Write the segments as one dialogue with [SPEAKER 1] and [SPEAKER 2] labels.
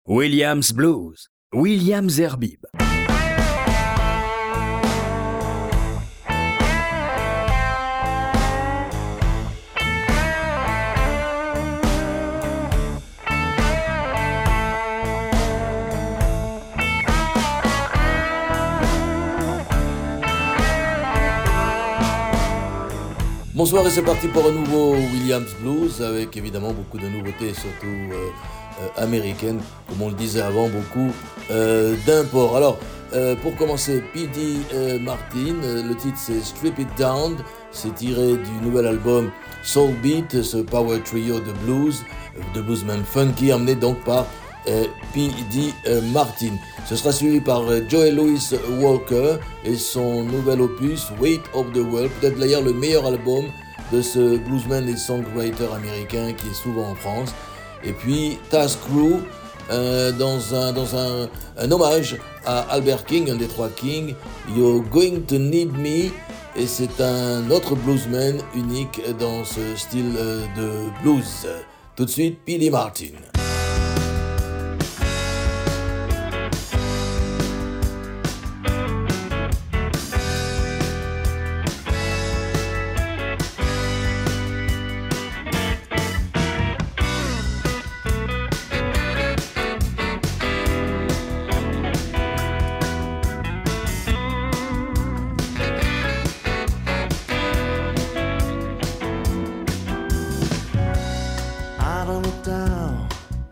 [SPEAKER 1] Williams Blues, William Zerbib.
[SPEAKER 2] Bonsoir et c'est parti pour un nouveau Williams Blues avec évidemment beaucoup de nouveautés, surtout américaines, comme on le disait avant, beaucoup d'import. Alors, pour commencer, P.D. Martin, le titre c'est Strip It Down, c'est tiré du nouvel album Soul Beat, ce power trio de blues, de bluesman funky, emmené donc par P.D. Martin. Ce sera suivi par Joey Louis Walker et son nouvel opus Weight of the World, peut-être d'ailleurs le meilleur album de ce bluesman et songwriter américain qui est souvent en France. Et puis Task Crew dans un hommage à Albert King, un des trois Kings, You're Going to Need Me, et c'est un autre bluesman unique dans ce style de blues. Tout de suite, P.D. Martin.
[SPEAKER 3] Down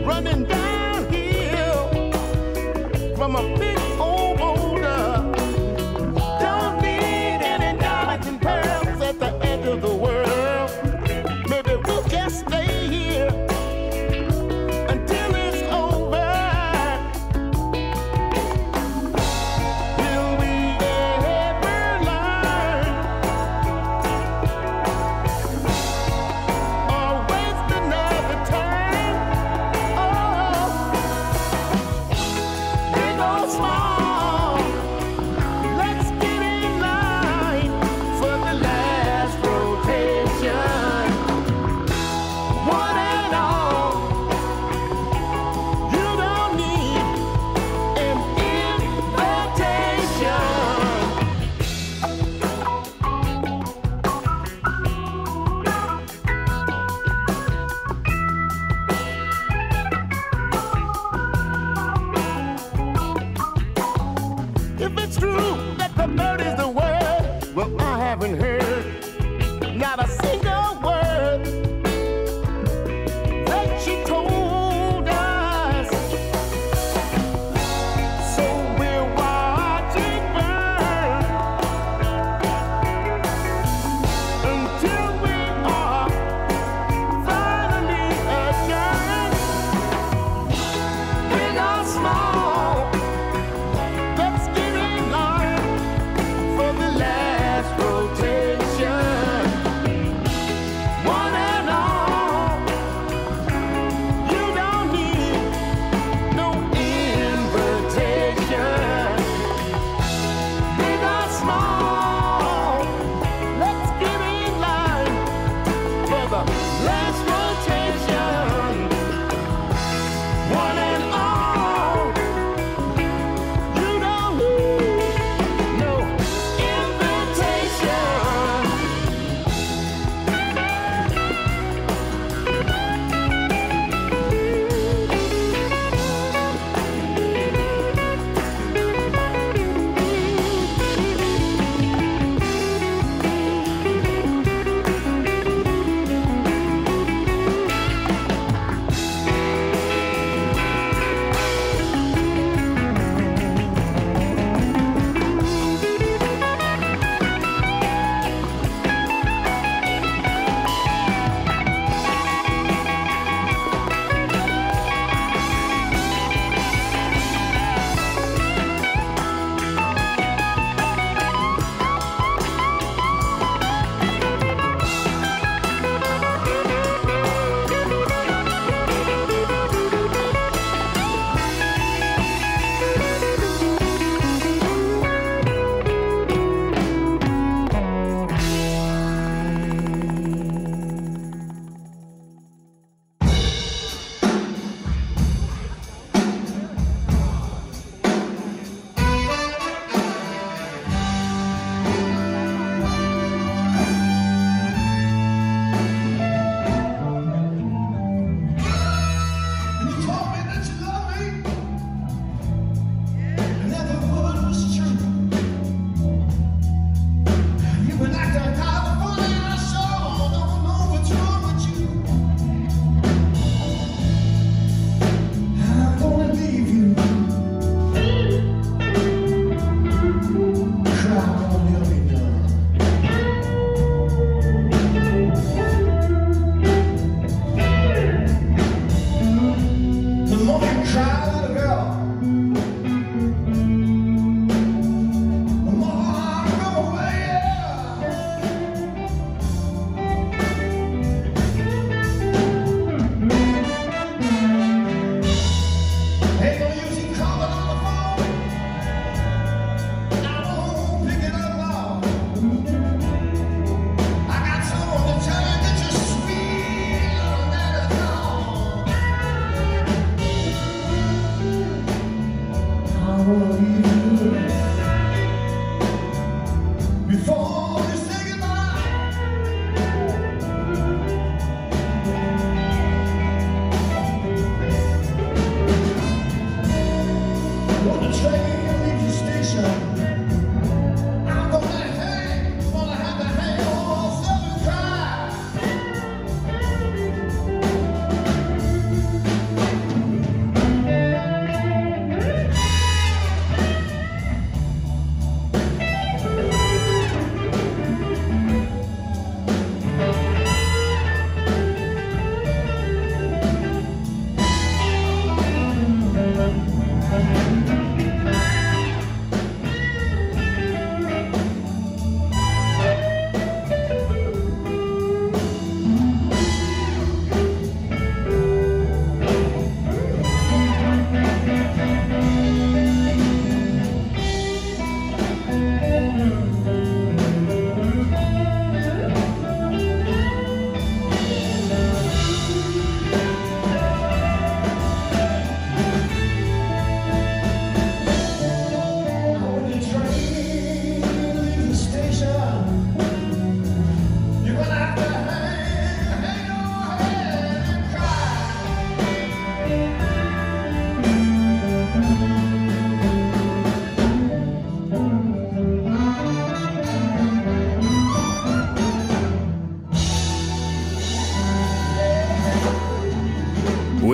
[SPEAKER 3] running downhill from a big old boulder. Don't need any diamonds and pearls at the edge of the world. Maybe we'll just stay here until it's over. Will we ever learn or waste another time? Oh, big or small, let's get in line for the last rotation. One and all, you don't need an invitation. If it's true that the bird is the word, well, I haven't heard not a single word that she told us. So we're watching burn until we are finally adjourned. Big or small, let's get in line for the last rotation. One and all, you don't need no invitation. Big or small, let's get in line for the last rotation. One and all, you don't need no invitation.
[SPEAKER 4] You told me that you love me, and that the word was true. You've been acting kind of funny, and I sure don't know what's wrong with you. I'm gonna leave you. Cry won't help me none. The more you cry, little girl, the more I go away. Ain't no use in calling on the phone. I won't pick it up now. I got someone to tell you that you're sweet, and that is all. I wanna leave you before you say goodbye. When the train leaves the station, I'm gonna have to hang on myself and cry.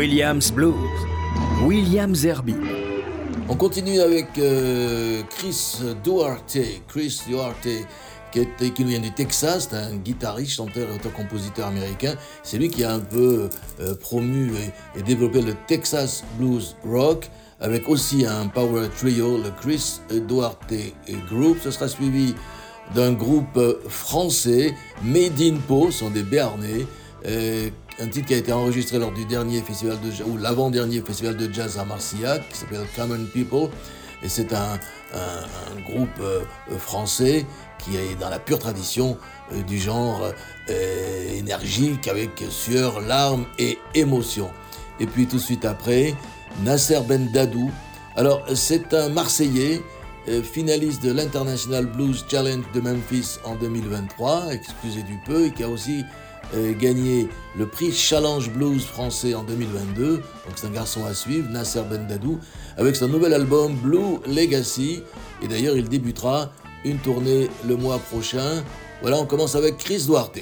[SPEAKER 1] Williams Blues, William Zerbib.
[SPEAKER 2] On continue avec Chris Duarte. Chris Duarte, qui nous vient du Texas, c'est un guitariste, chanteur et auteur-compositeur américain. C'est lui qui a un peu promu et développé le Texas Blues Rock, avec aussi un power trio, le Chris Duarte Group. Ce sera suivi d'un groupe français, Made in Pau, sont des Béarnais, un titre qui a été enregistré lors du dernier festival de jazz, ou l'avant-dernier festival de jazz à Marcillac, qui s'appelle Common People, et c'est un groupe français qui est dans la pure tradition du genre énergique, avec sueur, larmes et émotion. Et puis tout de suite après, Nasser Ben Dadou. Alors c'est un Marseillais, finaliste de l'International Blues Challenge de Memphis en 2023, excusez du peu, et qui a aussi gagné le prix Challenge Blues français en 2022. Donc c'est un garçon à suivre, Nasser Ben Dadou, avec son nouvel album Blue Legacy. Et d'ailleurs il débutera une tournée le mois prochain. Voilà, on commence avec Chris Duarte.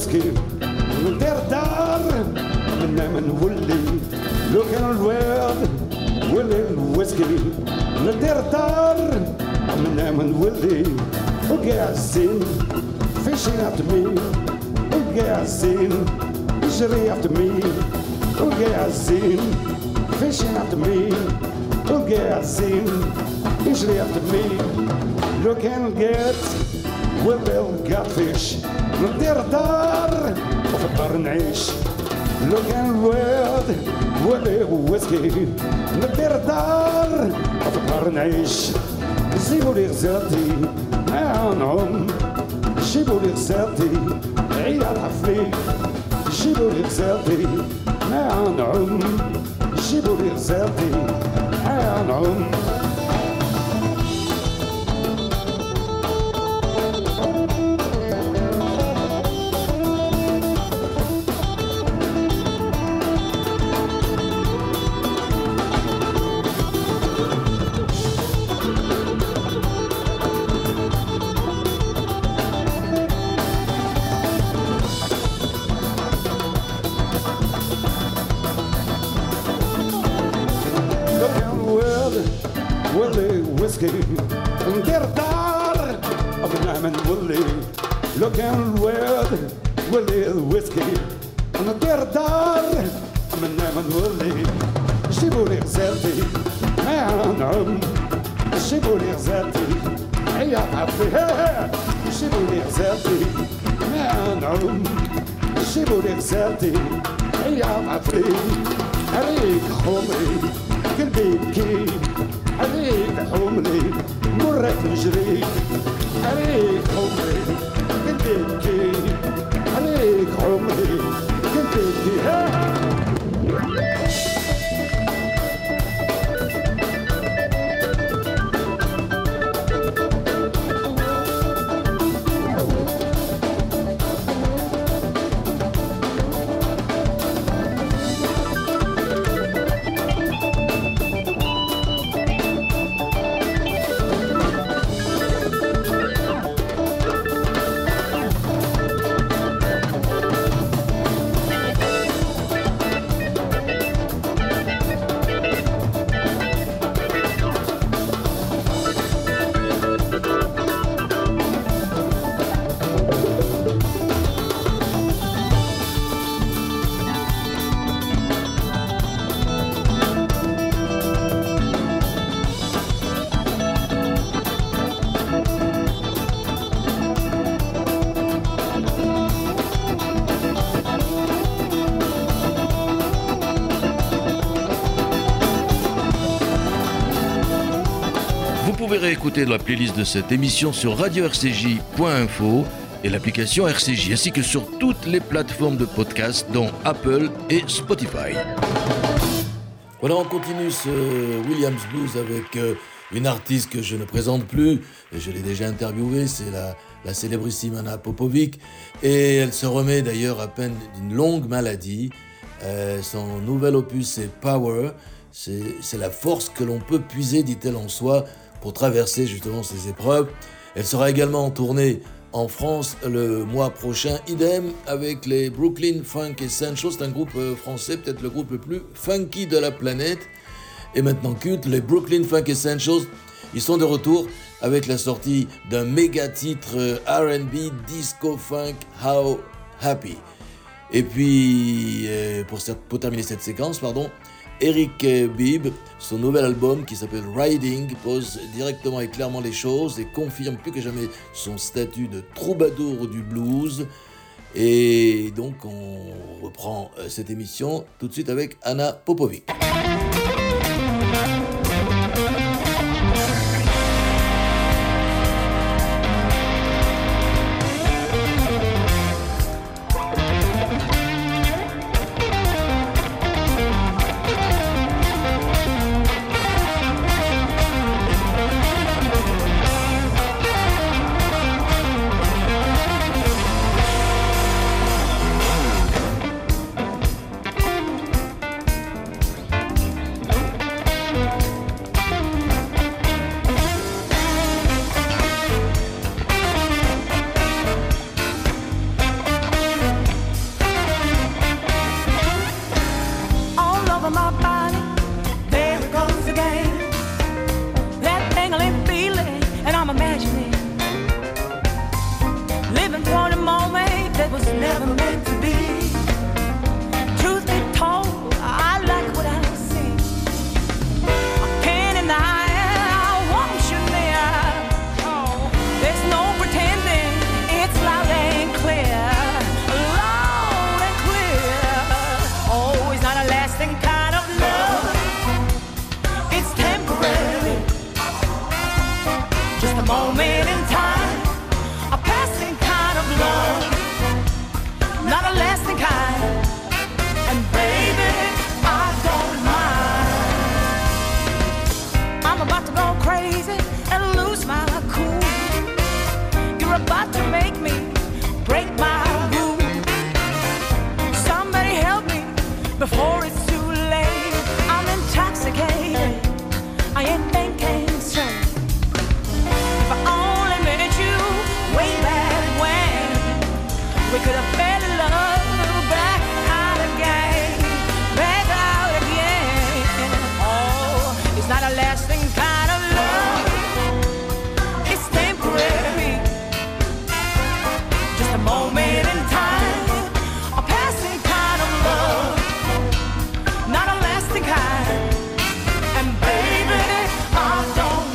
[SPEAKER 5] الويسكي ندير الدار منا نولي لو كان الواد ولي الويسكي ندير الدار منا نولي وقاع الزين fishing after me وقاع الزين يجري after me وقاع الزين fishing after me وقاع الزين يجري after me لو كان لقيت والبيض فيش ندير دار وفي الدار نعيش لو كان الواد ولي ويسكي ندير دار وفي الدار نعيش جيبوا لي غزالتي نعم جيبوا لي غزالتي عيال حفلي جيبوا لي غزالتي نعم جيبوا لي غزالتي نعم ندير دار بنعمل نولي لو كان الواد ولي الويسكي ندير دار بنعمل نولي جيبوا لي غزالتي نعم جيبوا لي غزالتي هيا عطي جيبوا لي غزالتي نعم جيبوا لي غزالتي هيا عطي عليك حومي قلبي يبكي عليك حمري مرت نجري عليك حمري كنت ابكي عليك حمري كنت ابكي
[SPEAKER 2] Vous pouvez réécouter la playlist de cette émission sur radio-rcj.info et l'application RCJ, ainsi que sur toutes les plateformes de podcast, dont Apple et Spotify. Voilà, on continue ce Williams Blues avec une artiste que je ne présente plus, et je l'ai déjà interviewée, c'est la célébrissime Anna Popovic, et elle se remet d'ailleurs à peine d'une longue maladie. Son nouvel opus, c'est Power, c'est la force que l'on peut puiser, dit-elle, en soi, pour traverser justement ces épreuves. Elle sera également en tournée en France le mois prochain, idem avec les Brooklyn Funk Essentials, c'est un groupe français, peut-être le groupe le plus funky de la planète, et maintenant culte, les Brooklyn Funk Essentials. Ils sont de retour avec la sortie d'un méga titre R&B, disco funk, How Happy. Et puis, pour terminer cette séquence, Eric Bibb, son nouvel album qui s'appelle Riding, pose directement et clairement les choses et confirme plus que jamais son statut de troubadour du blues. Et donc on reprend cette émission tout de suite avec Anna Popovic.
[SPEAKER 6] not a lasting kind. And baby, I don't mind. I'm about to go crazy and lose my cool. You're about to make me break my rule. Somebody help me before it's too late. I'm intoxicated, I ain't thinking straight. If I only met you way back when, we could have fell in love back out again, back out again. Oh, it's not a lasting kind of love, it's temporary, just a moment in time, a passing kind of love, not a lasting kind. And baby, I don't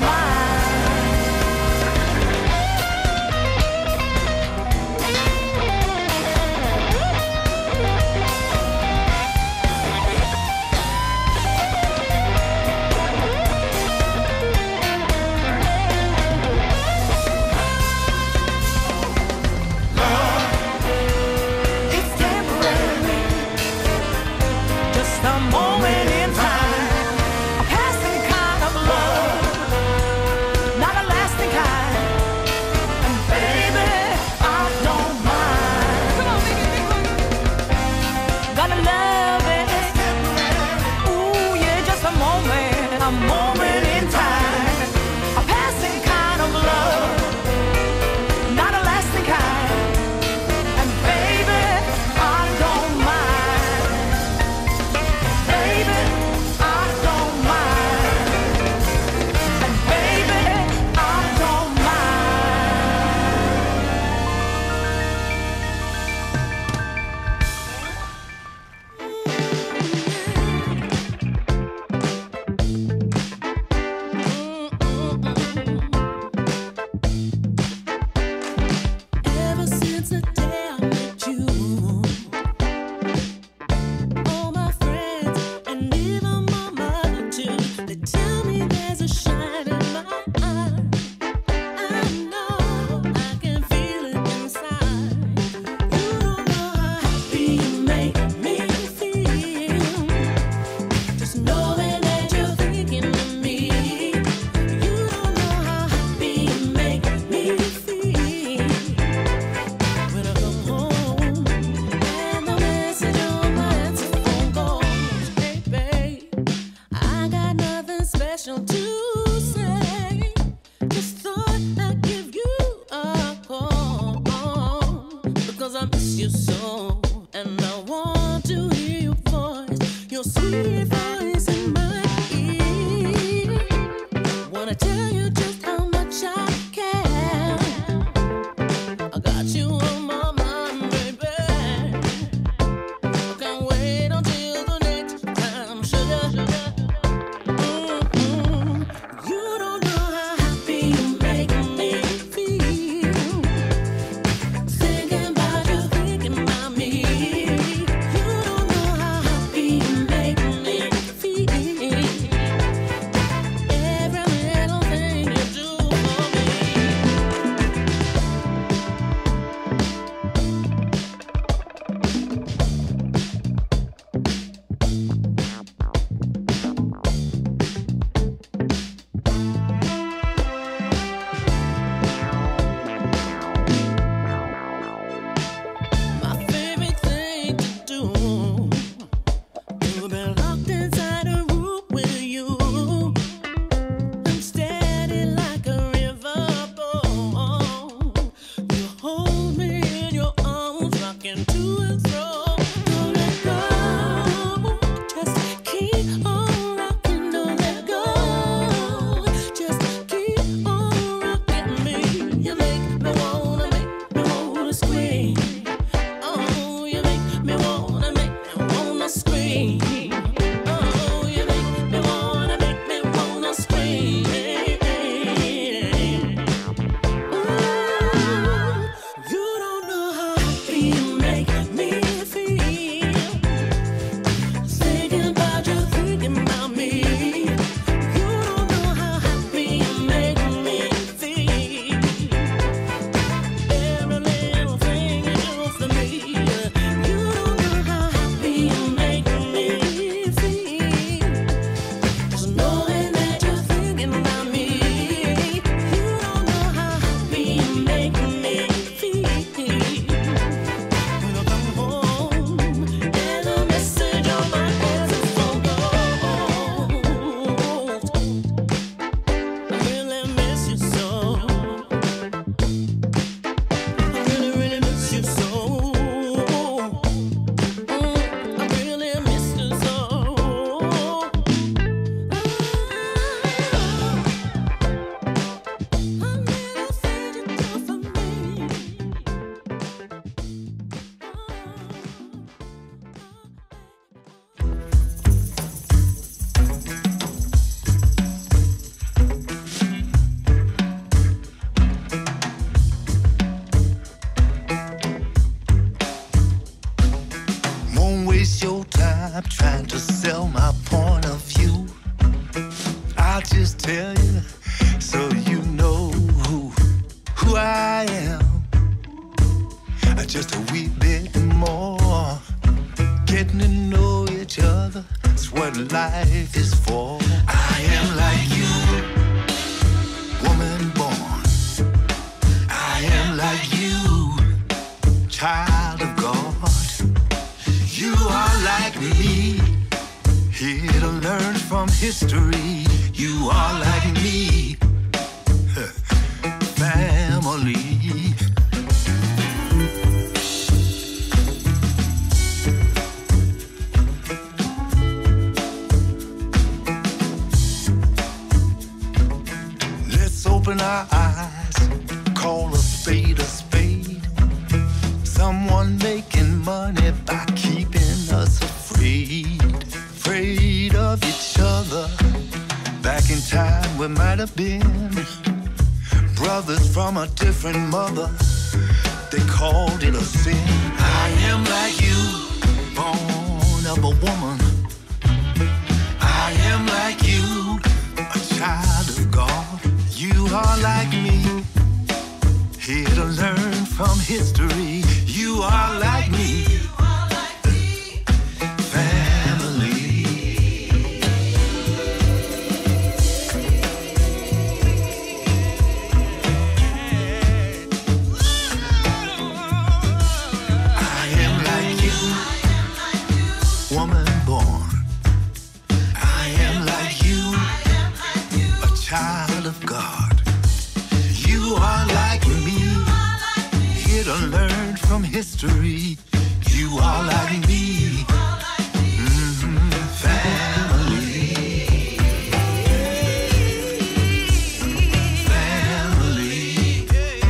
[SPEAKER 6] it's temporary, just a moment in time, a passing kind of love, not a lasting kind. And baby, I don't mind. Come on, make it gonna love it. Ooh, yeah, just a moment in time, a passing kind of love, not a lasting kind. And baby, I don't mind. Baby, I don't mind. And baby, I don't
[SPEAKER 7] Ever since the day I met you, all my friends and even my mother too, they tell me there's a shine in my eye. I know I can feel it inside. You don't know how happy you make me feel. Just knowing that you're thinking of me. You don't know how happy you make me feel. When I come home and the message on my answer phone goes, hey babe, I got nothing special to say. Just thought I'd give you a call because I miss you so, and I want to hear your voice, your sweet voice in my ear. Wanna tell you just how much I care. I got you on my mind, baby. I can't wait until the next time, sugar. You don't know how happy you make me feel. Thinking about you, thinking about me. You don't know how happy you make me feel. Every little thing you do for me. My favorite thing to do, to be locked inside a room with you. I'm steady like a riverboat. You hold me in your arms, rocking to and fro. Don't let go, just keep on rocking. Don't let go, just keep on rocking me. You make me wanna scream. Oh, you make me wanna scream. Oh, you make me wanna scream. Ooh, you don't know how happy you make me
[SPEAKER 8] waste your time trying to sell my point of view. I'll just tell you so you know who I am. Just a wee bit more. Getting to know each other, that's what life is for. I am like you, woman born. I am like you, child of God. You are like me, here to learn from history. You are like me, family. Open our eyes, call a spade a spade. Someone making money by keeping us afraid of each other. Back in time we might have been brothers from a different mother. They called it a sin. I am like you, born of a woman. I am like you, a child of God. You are like me, here to learn from history. You are like me, family. I am like you, woman born. I am like you, a child of God. You are like me, here to learn from history. You are like me, family. Family.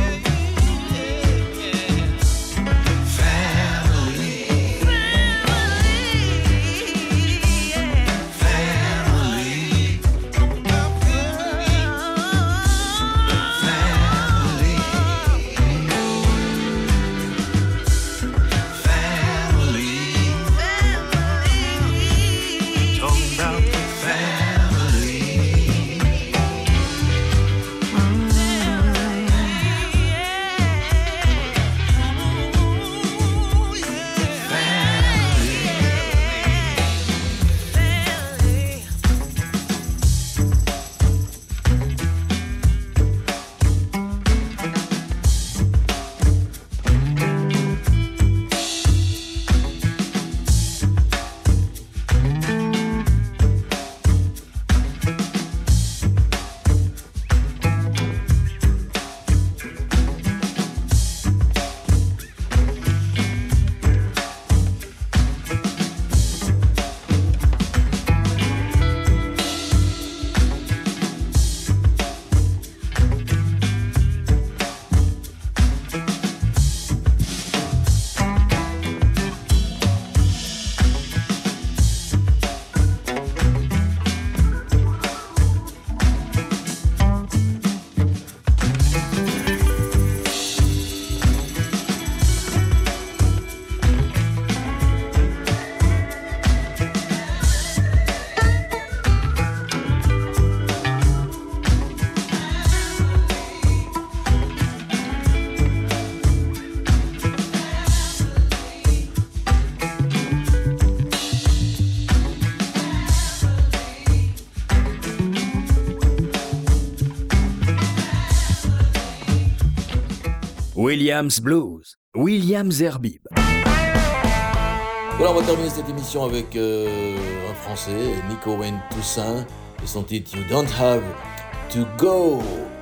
[SPEAKER 1] Williams Blues, William Zerbib.
[SPEAKER 2] Voilà, on va terminer cette émission avec un Français, Nico Wayne Toussaint, et son titre You Don't Have to Go.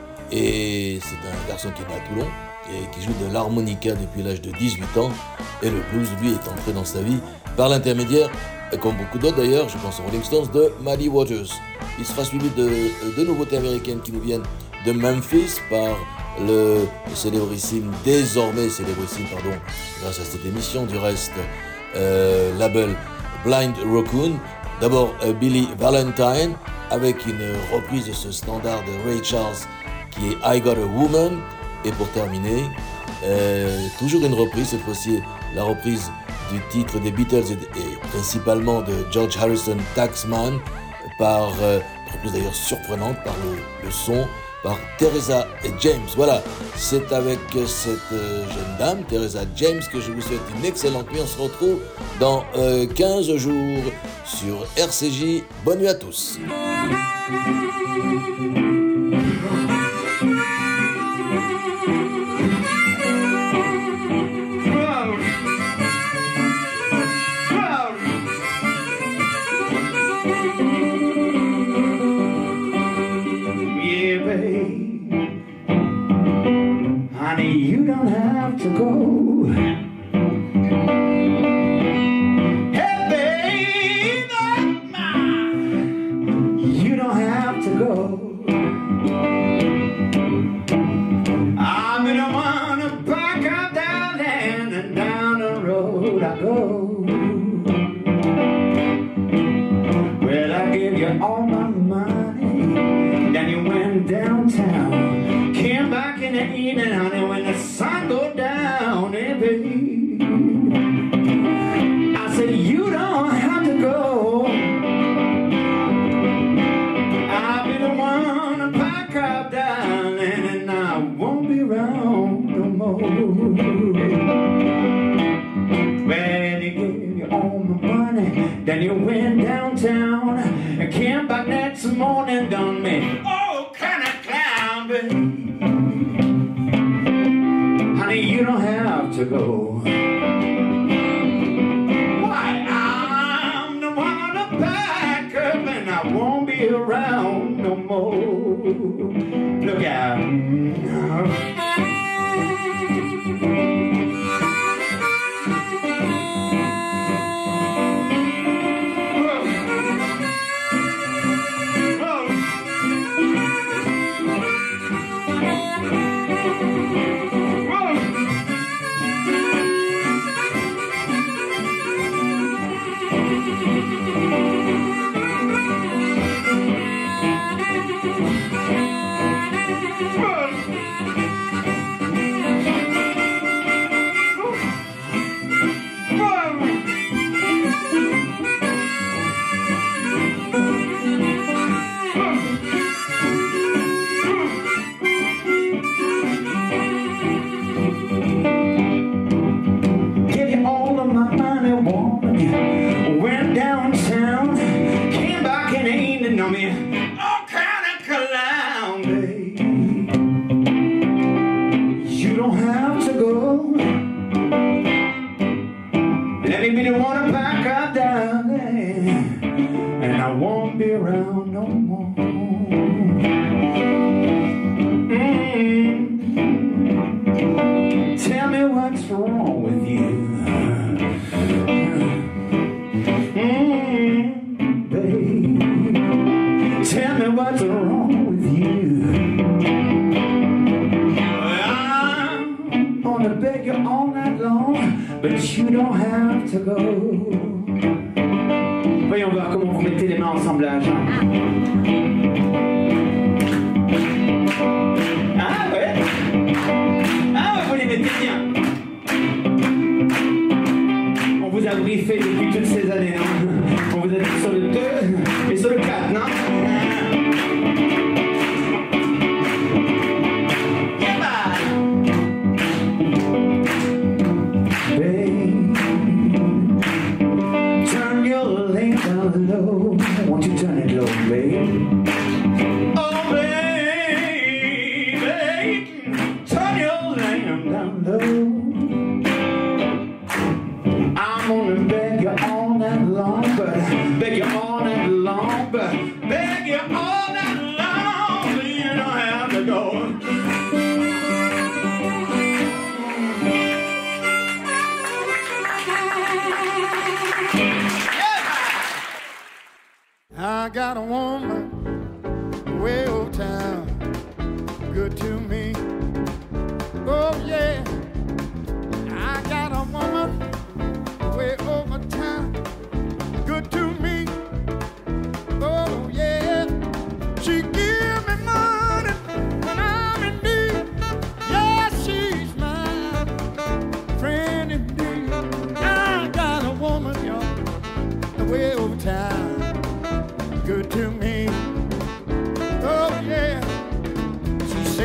[SPEAKER 2] Et c'est un garçon qui est né à Toulon et qui joue de l'harmonica depuis l'âge de 18 ans. Et le blues, lui, est entré dans sa vie par l'intermédiaire, comme beaucoup d'autres d'ailleurs, je pense aux Rolling Stones, de Muddy Waters. Il sera suivi de nouveautés américaines qui nous viennent de Memphis par le célébrissime, désormais célébrissime, grâce à cette émission, du reste, label Blind Raccoon. D'abord Billy Valentine avec une reprise de ce standard de Ray Charles qui est I Got a Woman. Et pour terminer, toujours une reprise, cette fois-ci la reprise du titre des Beatles et principalement de George Harrison, Taxman, reprise d'ailleurs surprenante par le son, par Teresa James. Voilà, c'est avec cette jeune dame, Teresa James, que je vous souhaite une excellente nuit. On se retrouve dans 15 jours sur RCJ. Bonne nuit à tous.
[SPEAKER 9] Honey, you don't have to go. Hey, baby, you don't have to go. I'm gonna wanna back up down and down the road I go. Well, I give you all my money, then you went downtown. Came back in the evening, honey, when the sun go down, hey, baby. I said, you don't have to go. I'll be the one to pack up, darling, and I won't be around no more. Well, you gave you all my money, then you went downtown, and came back next morning, done me all kind of clown, baby. You don't have to go. Why, I'm the one to back up and I won't be around no more. Look out. Went downtown, came back in the evening on me, all kind of clown, babe. You don't have to go. Let me be the one to back up down there, and I won't be around no more. Tell me what's wrong with you. Tell me what's wrong with you. I'm gonna beg you all night long, but you don't have to go. Voyons voir comment vous mettez les mains ensemble là. Ah ouais? Ah ouais, vous les mettez bien. On vous a briefé depuis toutes ces années, non? On vous a dit sur le 2 et sur le 4, non? Turn your lamp down low. Won't you turn it low, babe? Oh, baby, turn your lamp down low. I'm gonna beg you all night long, but beg you all night long, but beg you all night long, but you don't have to go.
[SPEAKER 3] I got a woman way over town, good to me. Oh yeah, I got a woman way over town, good to me. Oh yeah, she give me money when I'm in need. Yeah, she's my friend indeed. I got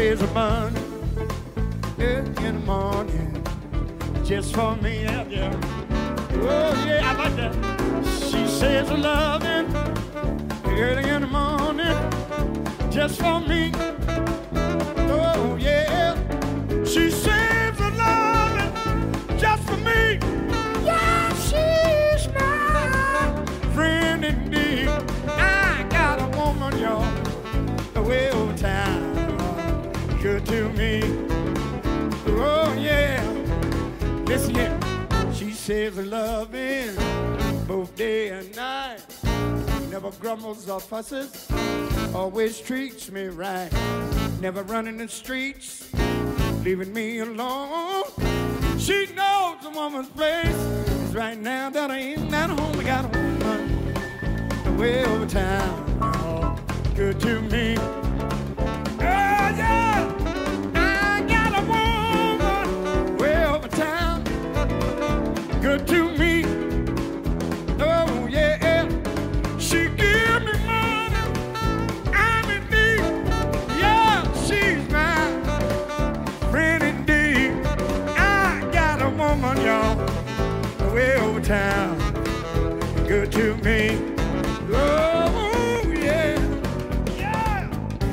[SPEAKER 5] says a bun in the morning just for me, yeah, yeah. Oh yeah, I like that. She says a loving early in the morning just for me. Oh yeah, she says a loving just for me. Yeah, she's my friend indeed. I got a woman, y'all, way over town, good to me. Oh yeah, listen here. She says a loving both day and night. Never grumbles or fusses, always treats me right. Never running the streets, leaving me alone. She knows a woman's place is right now that I ain't at home. I got a woman way over town, oh, good to me. Oh yeah, I got a woman way over town, good to me. Oh yeah, she give me money, I'm in need. Yeah, she's my friend indeed. I got a woman, y'all, way over town, good to me. Oh yeah, yeah.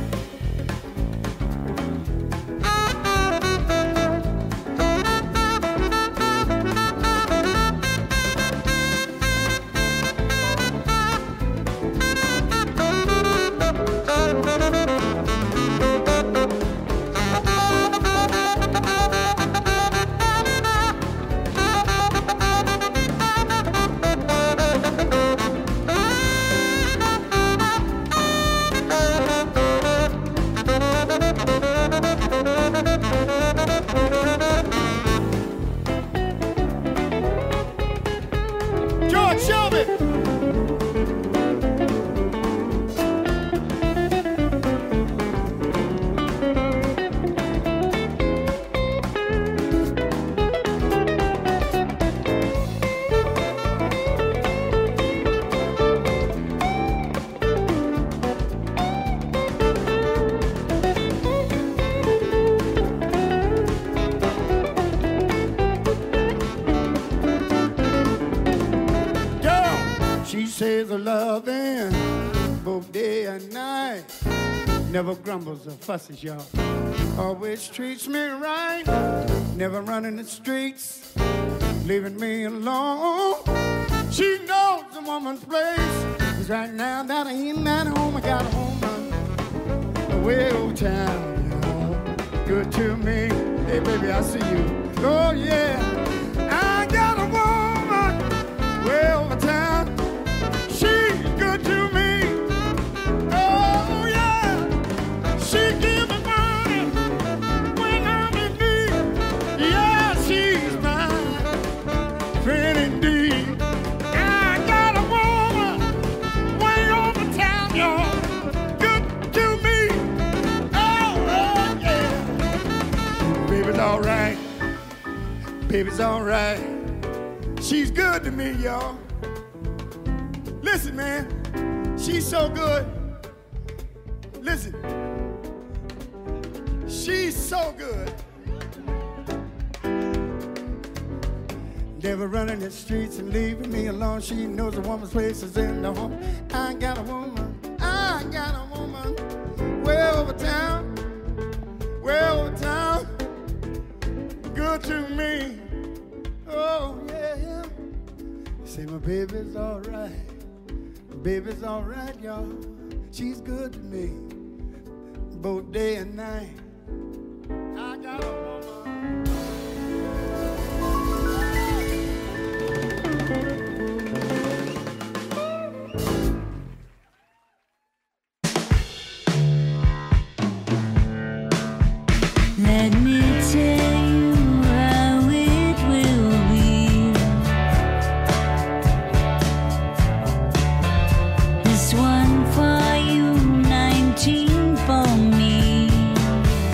[SPEAKER 5] George Shelby. She says a loving both day and night. Never grumbles or fusses, y'all. Always treats me right. Never running the streets, leaving me alone. She knows a woman's place is right now that I ain't at home. I got a woman way over town, y'all, good to me. Hey baby, I see you. Oh yeah, I got a woman way over town. She's good to me. Oh yeah, she give me money when I'm in need. Yeah, she's my friend indeed. I got a woman way over town, y'all, good to me. Oh yeah, baby's all right. Baby's all right. She's good to me, y'all. Listen, man, she's so good. Listen, she's so good. Never running the streets and leaving me alone. She knows a woman's place is in the home. I got a woman way over town, good to me. Oh yeah, say my baby's all right. Baby's all right, y'all. She's good to me, both day and night. I got a woman.
[SPEAKER 7] Let me tell you how it will be. This one for you, 19 for me.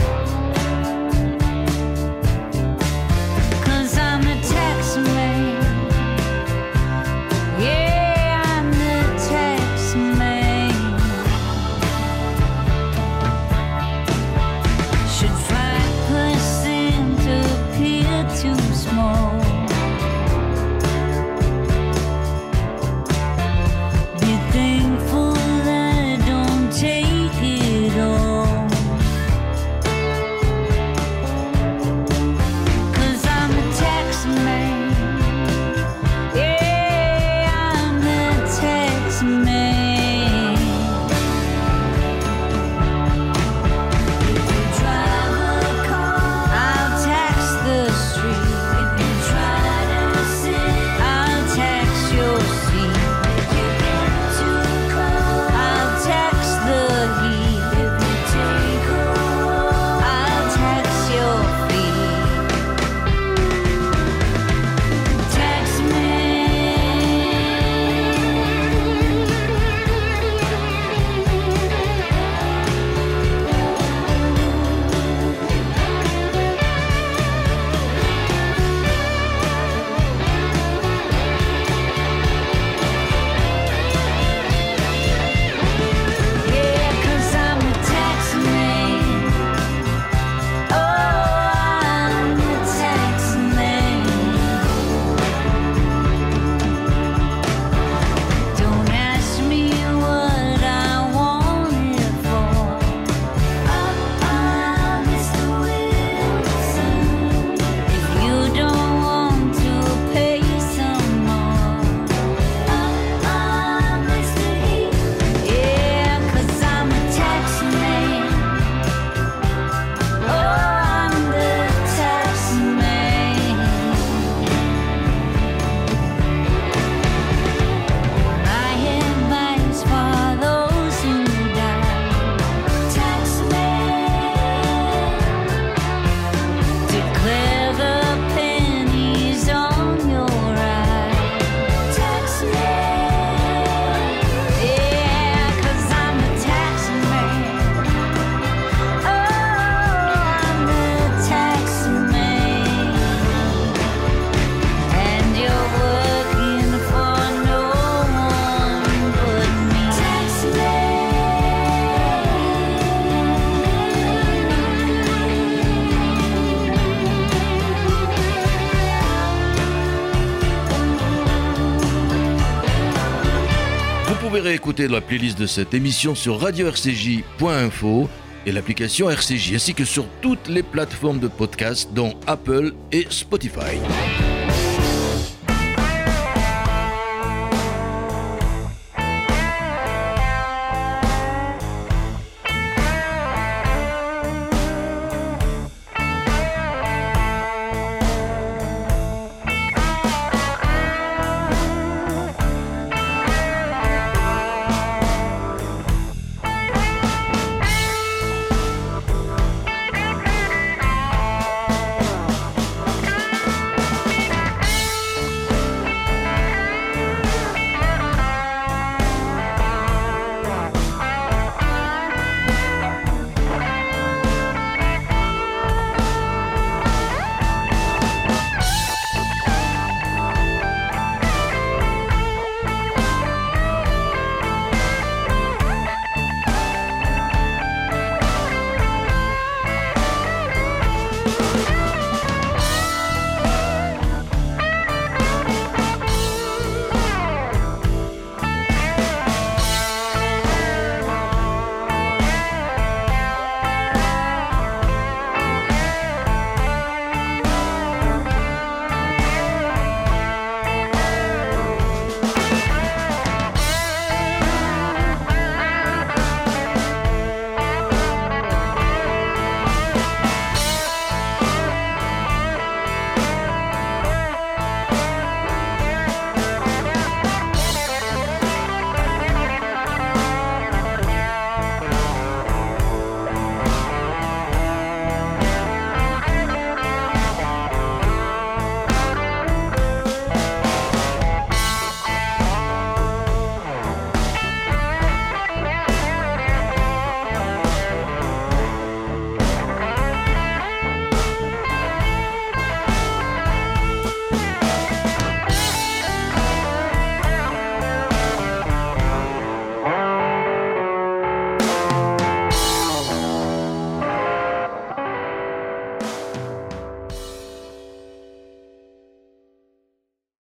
[SPEAKER 2] pouvez réécouter la playlist de cette émission sur radio-rcj.info et l'application RCJ, ainsi que sur toutes les plateformes de podcast dont Apple et Spotify.